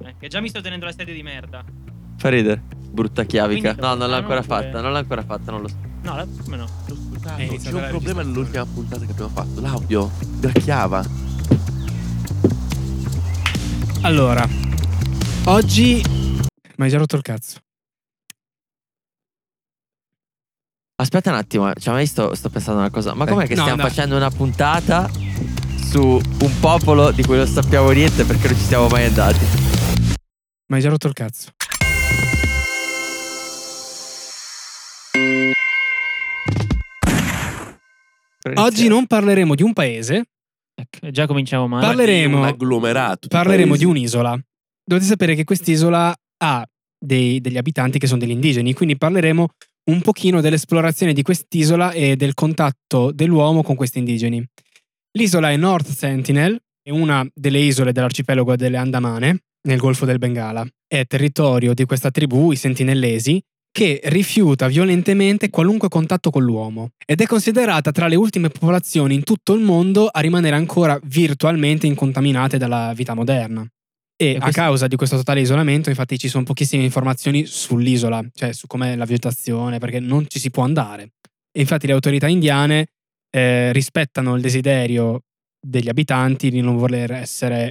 Che già mi sto tenendo la sedia di merda. Fa ridere. Brutta chiavica. Quindi No, non l'ha ancora oppure- fatta. Non l'ha ancora fatta, non lo so. No, come no? C'è un problema nell'ultima puntata che abbiamo fatto. L'audio gracchiava. Allora, oggi mi hai già rotto il cazzo. Aspetta un attimo, cioè, ma sto pensando una cosa. Ma com'è che no, stiamo no. facendo una puntata su un popolo di cui non sappiamo niente perché non ci siamo mai andati? Mi hai già rotto il cazzo. Oggi non parleremo di un paese, Ecco, già cominciamo male. Parleremo- Un agglomerato. parleremo di un'isola. Dovete sapere che quest'isola ha degli abitanti che sono degli indigeni, quindi parleremo un pochino dell'esplorazione di quest'isola e del contatto dell'uomo con questi indigeni. L'isola è North Sentinel, è una delle isole dell'arcipelago delle Andamane, nel Golfo del Bengala. È territorio di questa tribù, i sentinellesi, che rifiuta violentemente qualunque contatto con l'uomo ed è considerata tra le ultime popolazioni in tutto il mondo a rimanere ancora virtualmente incontaminate dalla vita moderna. E a questo- causa di questo totale isolamento, infatti, ci sono pochissime informazioni sull'isola, cioè su com'è la vegetazione, perché non ci si può andare. E infatti le autorità indiane rispettano il desiderio degli abitanti di non voler essere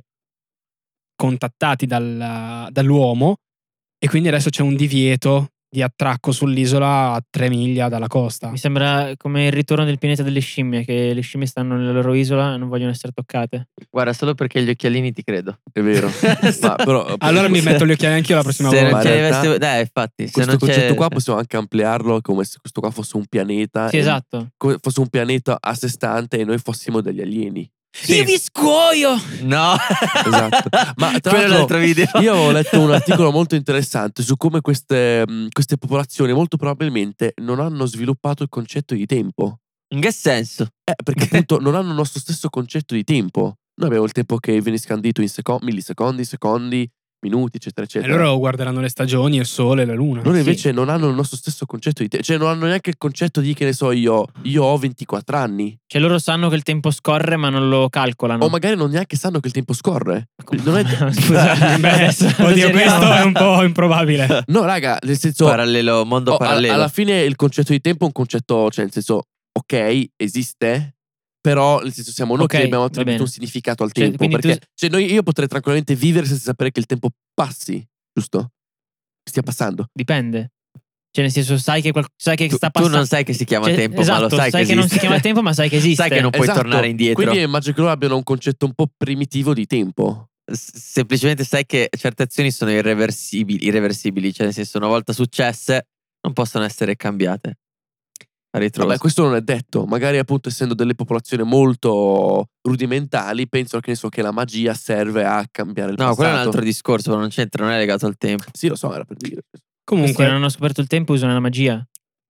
contattati dall'uomo, e quindi adesso c'è un divieto di attracco sull'isola a 3 miglia dalla costa. Mi sembra come il ritorno del pianeta delle scimmie, che le scimmie stanno nella loro isola e non vogliono essere toccate. Guarda, solo perché gli occhialini ti credo. È vero. Ma però Allora mi metto gli occhiali anch'io la prossima Se volta. non ce in li realtà, avessi- Dai, infatti, se questo non c'è... concetto qua possiamo anche ampliarlo come se questo qua fosse un pianeta. Sì, e esatto. fosse un pianeta a sé stante e noi fossimo degli alieni. Sì. Io vi scuoio! No. Esatto. Ma tra Quello è l'altro l'altro video. io avevo letto un articolo molto interessante su come queste popolazioni molto probabilmente non hanno sviluppato il concetto di tempo. In che senso? Perché appunto non hanno il nostro stesso concetto di tempo. Noi abbiamo il tempo che viene scandito in millisecondi, secondi, minuti, eccetera, E eccetera. loro guarderanno le stagioni, il sole, la luna. Loro invece non hanno il nostro stesso concetto di tempo. Cioè non hanno neanche il concetto di, che ne so io ho 24 anni. Cioè loro sanno che il tempo scorre ma non lo calcolano. O magari non neanche sanno che il tempo scorre. Non è... Scusa, Beh, oddio, questo è un po' improbabile. No, raga, nel senso... Parallelo, mondo parallelo. Alla fine il concetto di tempo è un concetto, cioè nel senso, ok, esiste, però nel senso siamo noi Ok, che abbiamo va attribuito bene. un significato al Cioè, tempo. quindi Perché io potrei tranquillamente vivere senza sapere che il tempo passi, giusto? Stia passando. Dipende. Cioè, nel senso, sai che sta Tu passando. non sai che si chiama Cioè, tempo, esatto, ma lo sai che non esiste. si chiama tempo, ma sai che esiste. Sai che non puoi Esatto. tornare indietro. Quindi immagino che loro abbiano un concetto un po' primitivo di tempo. Semplicemente sai che certe azioni sono irreversibili, cioè nel senso una volta successe non possono essere cambiate. A ritroso. Vabbè, questo non è detto. Magari appunto essendo delle popolazioni molto rudimentali, pensano che ne so che la magia serve a cambiare il No, passato. quello è un altro discorso, però non c'entra, non è legato al tempo. Sì, lo so, era per dire. Questi Comunque, non hanno scoperto il tempo, usano la magia.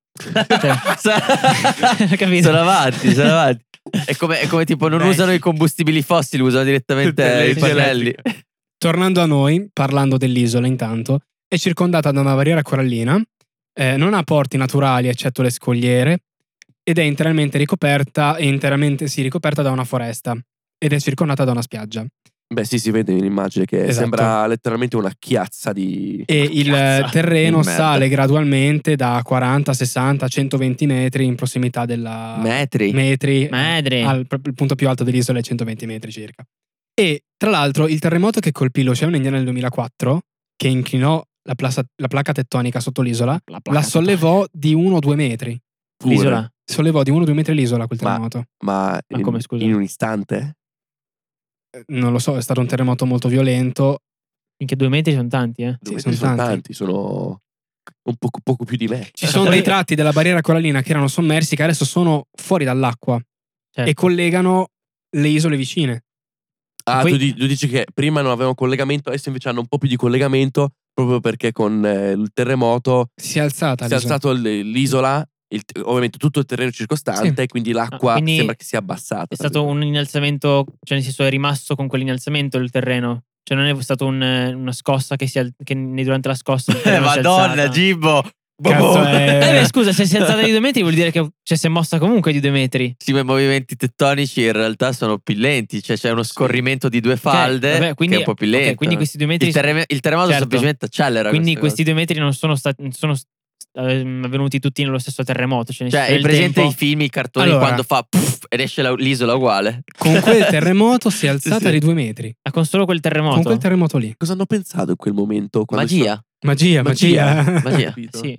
Capito? Sono avanti. È come tipo non Beh, usano sì. i combustibili fossili, usano direttamente Per i le pannelli. tornando a noi, parlando dell'isola intanto, è circondata da una barriera corallina, non ha porti naturali eccetto le scogliere, ed è interamente ricoperta da una foresta, ed è circondata da una spiaggia. Beh, sì, si vede in immagine che Esatto. sembra letteralmente una chiazza di... E il Cazzo, terreno di merda. sale gradualmente da 40, 60, 120 metri in prossimità della... Metri. Madre. Il punto più alto dell'isola è 120 metri circa. E tra l'altro il terremoto che colpì l'Oceano Indiano nel 2004, che inclinò la placca tettonica sotto l'isola, la sollevò di 1 o 2 metri. pure. L'isola. Sollevò di 1 o 2 metri l'isola quel terremoto. Ma come, scusa? in un istante? Non lo so, è stato un terremoto molto violento. Minchia, 2 metri sono tanti, eh. Due Sì, metri sono sono tanti. tanti, sono un poco più di me. Ci sono dei tratti della barriera corallina che erano sommersi, che adesso sono fuori dall'acqua Certo. e collegano le isole vicine. Ah, poi- tu dici che prima non avevano collegamento, adesso invece hanno un po' più di collegamento proprio perché con il terremoto Si è alzata si è l'isola. alzato l'isola, ovviamente tutto il terreno circostante, Sì. e quindi l'acqua quindi sembra che sia abbassata. È stato un innalzamento, cioè nel senso è rimasto con quell'innalzamento il terreno. Cioè non è stato una scossa che durante la scossa il terreno si è Madonna, alzato. Gibbo. Cazzo è... Scusa, se si è alzata di 2 metri vuol dire che si è mossa comunque di 2 metri. Sì, ma i movimenti tettonici in realtà sono più lenti. Cioè c'è uno scorrimento di 2 falde vabbè, quindi, che è un po' più lento. quindi questi 2 metri... Il terremoto certo. semplicemente accelera. Quindi questi 2 metri non sono avvenuti tutti nello stesso terremoto. Cioè hai presente i film, i cartoni, Allora, quando fa puff, ed esce l'isola uguale? Con quel terremoto si è alzata Sì. di 2 metri. Con solo quel terremoto? Con quel terremoto lì. Cosa hanno pensato in quel momento? Magia. Magia. Magia. Sì.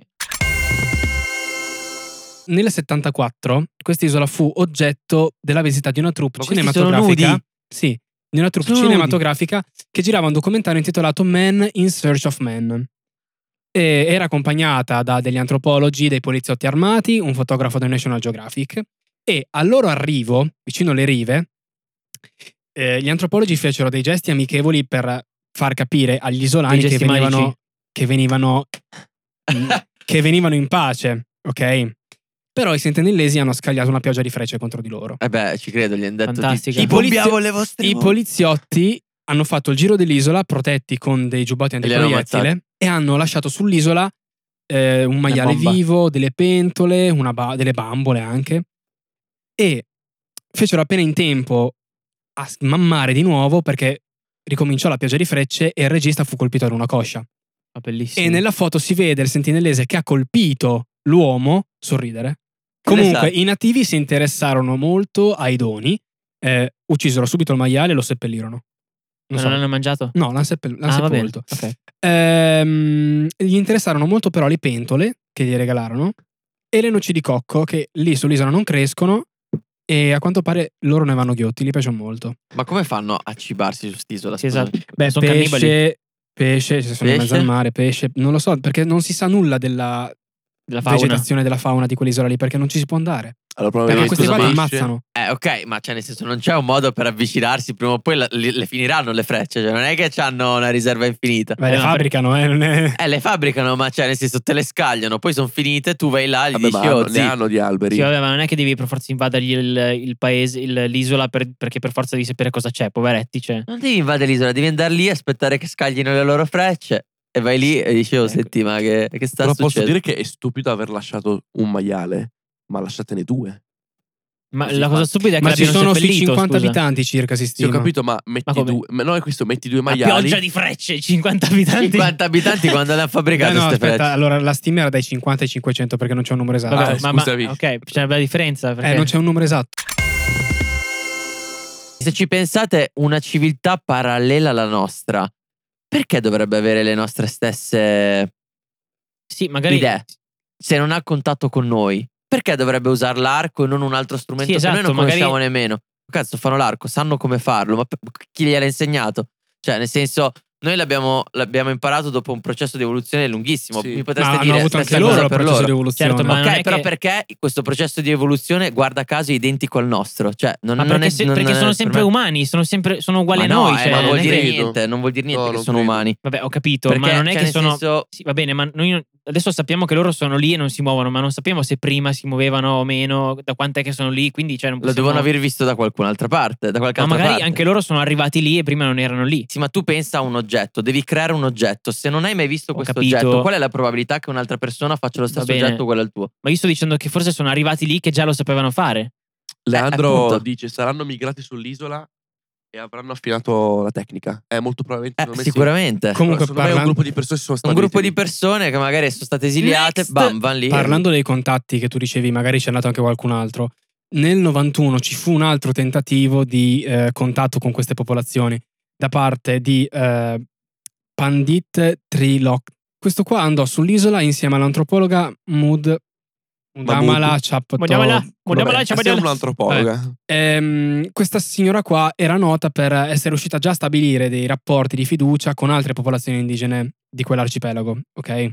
Nel 74 quest'isola fu oggetto della visita di una troupe Ma questi cinematografica. sono nudi? Sì, di una troupe Sono cinematografica che girava un documentario intitolato Man in Search of Man. E era accompagnata da degli antropologi, dei poliziotti armati, un fotografo del National Geographic. E al loro arrivo, vicino alle rive, gli antropologi fecero dei gesti amichevoli per far capire agli isolani Dei gesti magici. che venivano in pace, ok? Però i sentinellesi hanno scagliato una pioggia di frecce contro di loro. Ci credo, gli hanno detto Fantastica. I bombiamo le vostre I poliziotti hanno fatto il giro dell'isola protetti con dei giubbotti li hanno antiproiettile e hanno lasciato sull'isola un maiale bomba. vivo, delle pentole, delle bambole anche, e fecero appena in tempo a smammare di nuovo perché ricominciò la pioggia di frecce e il regista fu colpito da una coscia. Ah, bellissimo. E nella foto si vede il sentinellese che ha colpito l'uomo sorridere. Comunque i nativi si interessarono molto ai doni, uccisero subito il maiale e lo seppellirono. Non l'hanno mangiato? No, l'hanno Va bene. sepolto. Ok. Gli interessarono molto però le pentole che gli regalarono e le noci di cocco che lì sull'isola non crescono e a quanto pare loro ne vanno ghiotti, gli piacciono molto. Ma come fanno a cibarsi su st'isola? Sì, esatto. Beh, Sono cannibali. pesce, se sono in mezzo Pesce? al mare, pesce, non lo so perché non si sa nulla della Della fauna. vegetazione della fauna di quell'isola lì perché non ci si può andare. Allora, Perché questi qua ti pesce. ammazzano. Ok, ma cioè nel senso non c'è un modo per avvicinarsi, prima o poi le finiranno le frecce, cioè non è che hanno una riserva infinita. Beh, le no, fabbricano, non è... Le fabbricano, ma cioè nel senso te le scagliano, poi sono finite, tu vai là e gli Vabbè, dici ma oh ne zii. hanno di alberi. Sì, vabbè, ma non è che devi per forza invadergli il paese, l'isola perché per forza devi sapere cosa c'è, poveretti. Cioè. Non devi invadere l'isola, devi andare lì, aspettare che scaglino le loro frecce e vai lì e dici oh Ecco. senti ma che sta Però posso succedendo? dire che è stupido aver lasciato un maiale, ma lasciatene 2. Ma Così la cosa fa. stupida è che Ma ci l'abbiano sono sui seppellito, 50 scusa. abitanti circa, si Sì, ho stima. capito, ma metti come? 2. Ma no, è questo, metti 2 La maiali. pioggia di frecce, 50 abitanti. 50 abitanti quando le hanno fabbricate No, queste aspetta, frecce. allora la stima era dai 50 ai 500 perché non c'è un numero esatto. Vabbè, Ah, ma scusami. ok, c'è una bella differenza. Perché... Non c'è un numero esatto. Se ci pensate, una civiltà parallela alla nostra, perché dovrebbe avere le nostre stesse Sì, magari... idee? Se non ha contatto con noi, perché dovrebbe usare l'arco e non un altro strumento Sì, che noi esatto, non conosciamo magari- nemmeno? Cazzo, fanno l'arco, sanno come farlo, ma chi gliel'ha insegnato? Cioè, nel senso, noi l'abbiamo imparato dopo un processo di evoluzione lunghissimo. Sì. Mi Ma potreste hanno dire avuto stessa anche loro cosa il per processo loro? di evoluzione. Certo, ma non Ok, è però che- perché questo processo di evoluzione, guarda caso, è identico al nostro? Cioè, non, Ma non perché, è, se- non perché è sono per sempre me. umani, sono uguali Ma a noi. no, Cioè, ma non non vuol è dire che- niente, non vuol dire niente No, che non sono credo. umani. Vabbè, ho capito, Perché, ma non è cioè, che nel sono... senso- Sì, va bene, ma noi adesso sappiamo che loro sono lì e non si muovono, ma non sappiamo se prima si muovevano o meno, da quant'è che sono lì, quindi cioè non Lo possiamo... devono aver visto da qualcun'altra parte, da qualche Ma altra magari parte. anche loro sono arrivati lì e prima non erano lì. Sì, ma tu pensa a un oggetto, devi creare un oggetto. Se non hai mai visto Ho questo capito. oggetto, qual è la probabilità che un'altra persona faccia lo stesso bene. oggetto uguale al tuo? Ma io sto dicendo che forse sono arrivati lì che già lo sapevano fare. Leandro appunto. dice: saranno migrati sull'isola e avranno affinato la tecnica. Molto probabilmente. secondo me sì. Sicuramente. Comunque, Secondo me è un gruppo di persone che sono Un stati gruppo di persone che magari sono state esiliate, Next. bam, van lì. Parlando dei contatti che tu dicevi, magari c'è andato anche qualcun altro. Nel 91 ci fu un altro tentativo di contatto con queste popolazioni da parte di Pandit Trilok. Questo qua andò sull'isola insieme all'antropologa Mudamala Chapto. Sembra un'antropologa. Questa signora qua era nota per essere riuscita già a stabilire dei rapporti di fiducia con altre popolazioni indigene di quell'arcipelago, ok?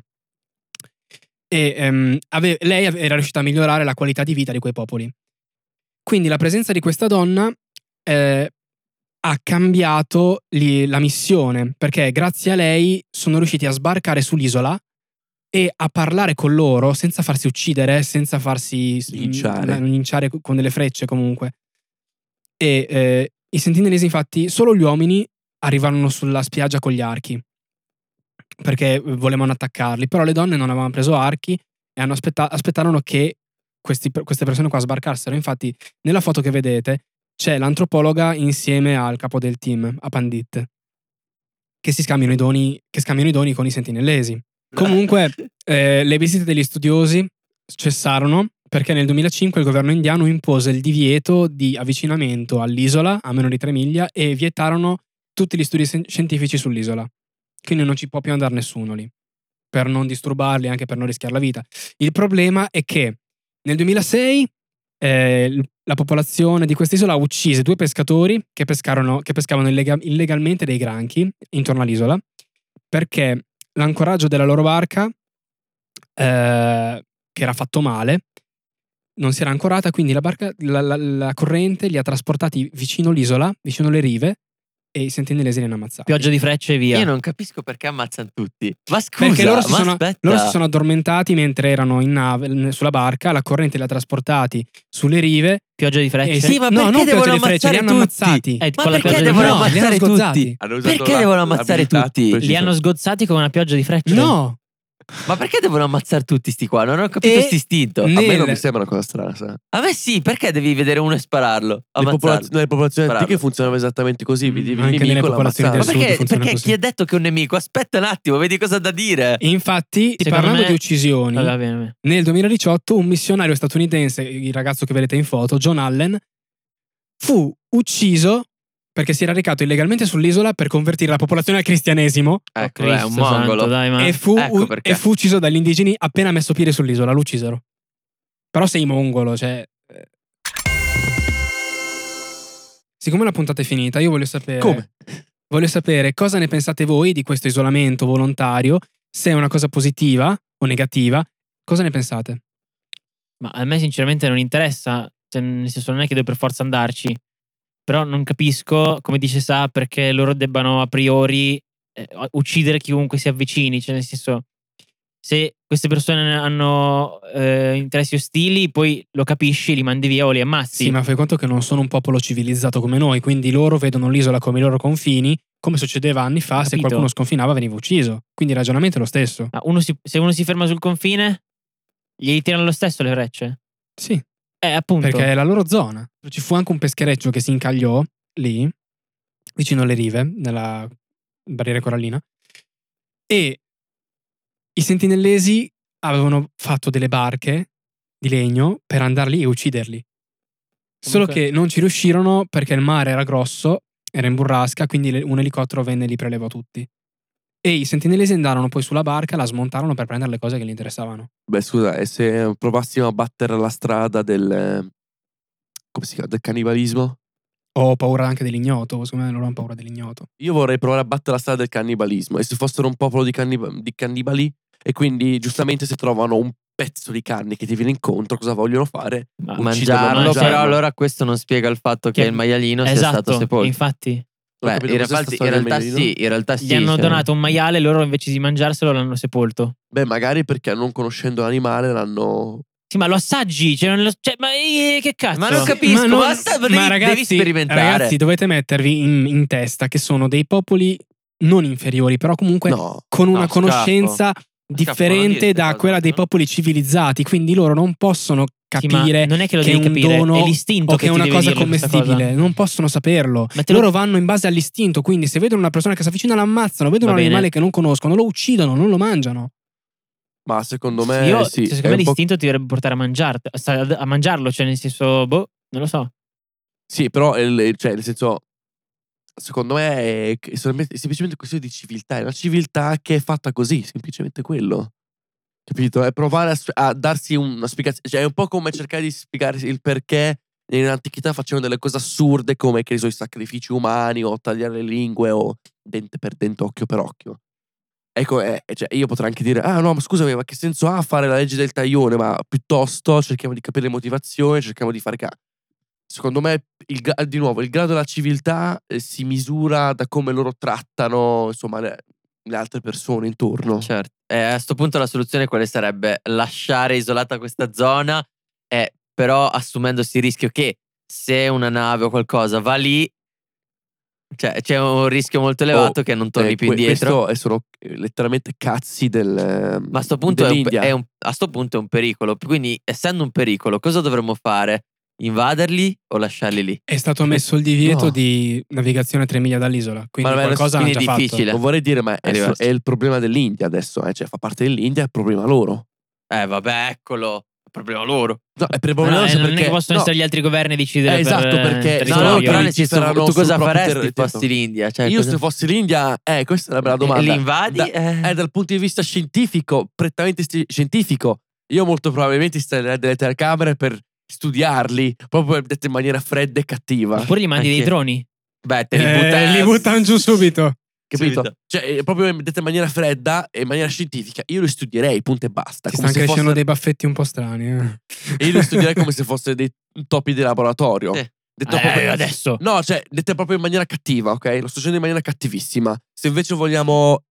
E lei era riuscita a migliorare la qualità di vita di quei popoli. Quindi la presenza di questa donna ha cambiato la missione, perché grazie a lei sono riusciti a sbarcare sull'isola e a parlare con loro senza farsi uccidere, senza farsi linciare con delle frecce comunque. E i sentinelesi infatti, solo gli uomini arrivarono sulla spiaggia con gli archi. perché volevano attaccarli, però le donne non avevano preso archi e aspettarono che queste persone qua sbarcassero. Infatti nella foto che vedete c'è l'antropologa insieme al capo del team, a Pandit, che scambiano i doni con i sentinellesi. Comunque le visite degli studiosi cessarono perché nel 2005 il governo indiano impose il divieto di avvicinamento all'isola a meno di 3 miglia e vietarono tutti gli studi scientifici sull'isola. Quindi non ci può più andare nessuno lì, per non disturbarli, anche per non rischiare la vita. Il problema è che nel 2006 la popolazione di quest'isola ha ucciso 2 pescatori che pescavano illegalmente dei granchi intorno all'isola, perché l'ancoraggio della loro barca, che era fatto male, non si era ancorata, quindi la corrente li ha trasportati vicino l'isola, vicino le rive, e i sentinellesi li hanno ammazzati. Pioggia di frecce e via. Io non capisco perché ammazzano tutti. Ma scusa, Perché loro aspetta. si sono addormentati mentre erano in nave, sulla barca, la corrente li ha trasportati sulle rive. Pioggia di frecce. Sì, ma no, perché non devono pioggia di frecce, li ammazzare hanno tutti? ammazzati. Con Ma la perché pioggia di devono frecce. No, li hanno ammazzare sgozzati. tutti? Hanno usato Perché devono ammazzare l'abilità tutti? precisa. Li hanno sgozzati con una pioggia di frecce. No, Ma perché devono ammazzare tutti sti qua? Non ho capito E sti istinto. A me non nel- mi sembra una cosa strana, sai? A me sì, perché devi vedere uno e spararlo? Le Ammazzarlo. popolazioni Spararlo. antiche funzionano esattamente così. Vedi il Anche nelle nemico, popolazioni Ma del l'ammazzavi. sud perché, funziona perché così. chi ha detto che è un nemico? Aspetta un attimo, vedi cosa ha da dire. Infatti, Secondo parlando me- di uccisioni, Va bene. nel 2018 un missionario statunitense, il ragazzo che vedete in foto, John Allen, fu ucciso perché si era recato illegalmente sull'isola per convertire la popolazione al cristianesimo Ecco, Oh, è un Cristo santo, mongolo. dai, ma... e fu ucciso dagli indigeni appena messo piede sull'isola, lo uccisero. Però sei mongolo, cioè... Siccome la puntata è finita, io voglio sapere... Come? Voglio sapere cosa ne pensate voi di questo isolamento volontario, se è una cosa positiva o negativa, cosa ne pensate? Ma a me sinceramente non interessa, cioè, nel senso non è che devo per forza andarci, però non capisco, come dice Sa, perché loro debbano a priori uccidere chiunque si avvicini, cioè nel senso se queste persone hanno interessi ostili, poi lo capisci, li mandi via o li ammazzi. Sì, ma fai conto che non sono un popolo civilizzato come noi, quindi loro vedono l'isola come i loro confini, come succedeva anni fa, se Capito. qualcuno sconfinava veniva ucciso. Quindi il ragionamento è lo stesso. Ma se uno si ferma sul confine, gli tirano lo stesso le frecce. Sì, Appunto. perché è la loro zona. Ci fu anche un peschereccio che si incagliò lì, vicino alle rive, nella barriera corallina, e i sentinellesi avevano fatto delle barche di legno per andare lì e ucciderli. Solo Comunque- che non ci riuscirono perché il mare era grosso, era in burrasca, quindi un elicottero venne e li prelevò tutti. E i sentinellesi andarono poi sulla barca, la smontarono per prendere le cose che gli interessavano. Beh, scusa, e se provassimo a battere la strada del... come si chiama? Del cannibalismo? Ho paura anche dell'ignoto, secondo me loro hanno paura dell'ignoto. Io vorrei provare a battere la strada del cannibalismo. E se fossero un popolo di cannibali, e quindi giustamente se trovano un pezzo di carne che ti viene incontro, cosa vogliono fare? Ma Mangiarlo, Sì. però allora questo non spiega il fatto che Che- il maialino sia esatto, stato sepolto. infatti Non ho Beh, capito in cos'è realtà, sta storia del maialino. in realtà sì. gli hanno cioè- donato un maiale, loro invece di mangiarselo l'hanno sepolto. Beh, magari perché non conoscendo l'animale l'hanno... Sì, ma lo assaggi, cioè, ma che cazzo? Ma non capisco, non- basta, devi sperimentare. Ragazzi, dovete mettervi in testa che sono dei popoli non inferiori, però comunque No. con una no, conoscenza non differente dire da queste quella cose, dei no? popoli civilizzati, quindi loro non possono Sì, ma capire non è che lo che è devi un capire, dono è l'istinto o che è ti una deve cosa dirlo questa commestibile, cosa. non possono saperlo. Ma te lo- Loro vanno in base all'istinto, quindi se vedono una persona che si avvicina l'ammazzano, vedono Va un bene. animale che non conoscono, lo uccidono, non lo mangiano. Ma secondo me Io, sì. secondo è me un po'... l'istinto ti dovrebbe portare a mangiarlo, cioè nel senso, boh, non lo so. Sì, però cioè, nel senso, secondo me è semplicemente questione di civiltà. È una civiltà che è fatta così, semplicemente quello. Capito? È provare a darsi una spiegazione. Cioè, è un po' come cercare di spiegarsi il perché nell'antichità facevano delle cose assurde come, che ne so, i sacrifici umani o tagliare le lingue o dente per dente, occhio per occhio. Ecco, cioè, io potrei anche dire, ah no, ma scusami, ma che senso ha fare la legge del taglione? Ma piuttosto cerchiamo di capire le motivazioni, cerchiamo di fare Secondo me, di nuovo, il grado della civiltà si misura da come loro trattano, insomma, le altre persone intorno. Certo. A sto punto la soluzione quale sarebbe? Lasciare isolata questa zona, però assumendosi il rischio che se una nave o qualcosa va lì, Cioè, c'è un rischio molto elevato che non torni più indietro. Questo sono letteralmente cazzi del Ma a sto punto dell'India. a sto punto è un pericolo. Quindi, essendo un pericolo, cosa dovremmo fare? Invaderli o lasciarli lì? È stato messo il divieto No. di navigazione a 3 miglia dall'isola, quindi Ma qualcosa hanno quindi già è difficile. Non vorrei dire, ma È diverso. è il problema dell'India adesso, cioè fa parte dell'India, è il problema loro. Vabbè, eccolo. È proprio loro. No, è per il Ma problema no, loro non è perché che possono no, essere gli altri governi a decidere esatto, per perché il no, territorio. no, però nel senso, legiferano tu cosa sul proprio faresti territorio. fossi l'India? Cioè, Io cosa- se fossi l'India, questa è una bella domanda. Li invadi? Dal punto di vista scientifico, prettamente scientifico, io molto probabilmente installerei delle telecamere per studiarli, proprio detto in maniera fredda e cattiva. Oppure gli mandi dei Anche- droni. Beh, te li li buttano giù subito. Capito? Subito. Cioè, proprio detto in maniera fredda e in maniera scientifica, io li studierei, punto e basta. Ti come stanno se crescendo fossero- dei baffetti un po' strani. E io li studierei come se fossero dei topi di laboratorio. Sì. Detto proprio- Adesso. No, cioè, dette proprio in maniera cattiva, ok? Lo sto dicendo in maniera cattivissima. Se invece vogliamo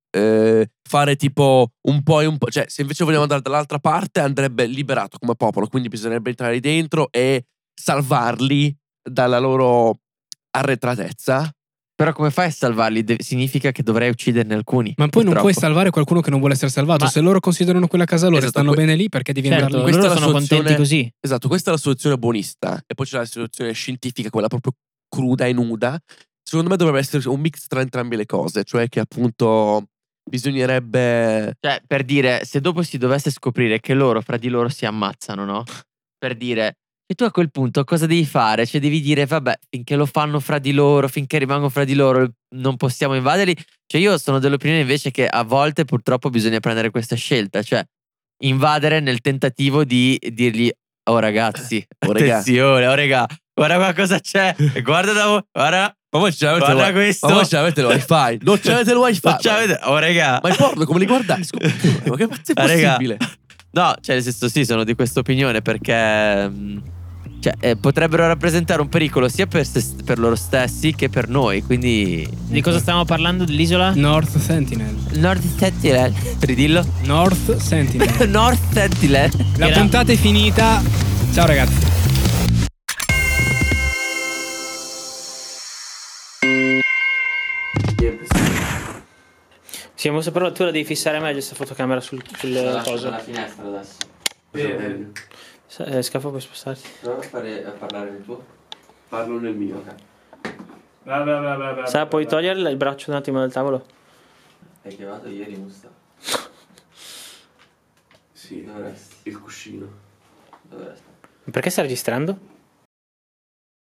fare tipo un po' e un po', cioè, se invece vogliamo andare dall'altra parte, andrebbe liberato come popolo. Quindi bisognerebbe entrare dentro e salvarli dalla loro arretratezza. Però come fai a salvarli? Significa che dovrei ucciderne alcuni. Ma poi non puoi purtroppo. salvare qualcuno che non vuole essere salvato. Ma- Se loro considerano quella casa loro e Esatto, stanno bene lì, perché devi Certo, andarli? questa loro è la sono soluzione- contenti così. Esatto, questa è la soluzione buonista. E poi c'è la soluzione scientifica, quella proprio cruda e nuda. Secondo me dovrebbe essere un mix tra entrambe le cose. Cioè che appunto bisognerebbe... Cioè, per dire, se dopo si dovesse scoprire che loro fra di loro si ammazzano, no? Per dire, e tu a quel punto cosa devi fare? Cioè devi dire, vabbè, finché lo fanno fra di loro, finché rimangono fra di loro, non possiamo invaderli. Cioè io sono dell'opinione invece che a volte purtroppo bisogna prendere questa scelta, cioè invadere nel tentativo di dirgli, oh ragazzi, Oh, raga. attenzione, oh raga, guarda qua cosa c'è, e guarda da voi, guarda, Ma voi ce l'avete guarda il questo. Ma voi ce l'avete il wifi? Non ce l'avete il wifi? Non ce l'avete- oh raga. Ma il porno come li guardate? Ma che cazzo è Ah, raga. possibile? No, cioè nel senso sì, sono di questa opinione perché cioè, potrebbero rappresentare un pericolo sia per loro stessi che per noi, quindi Di cosa stavamo parlando? Dell'isola? North Sentinel. North Sentinel, ridillo. North Sentinel. North Sentinel. La Era- puntata è finita. Ciao ragazzi. Sì, ma però tu la devi fissare meglio questa fotocamera sul coso. finestra adesso. Scafo, puoi spostarti. Prova a parlare nel tuo. Parlo nel mio. Sa, puoi togliere il braccio un attimo dal tavolo? Hai chiamato ieri Musta? Sì, Dovresti. il cuscino. Dovresti. Perché stai registrando?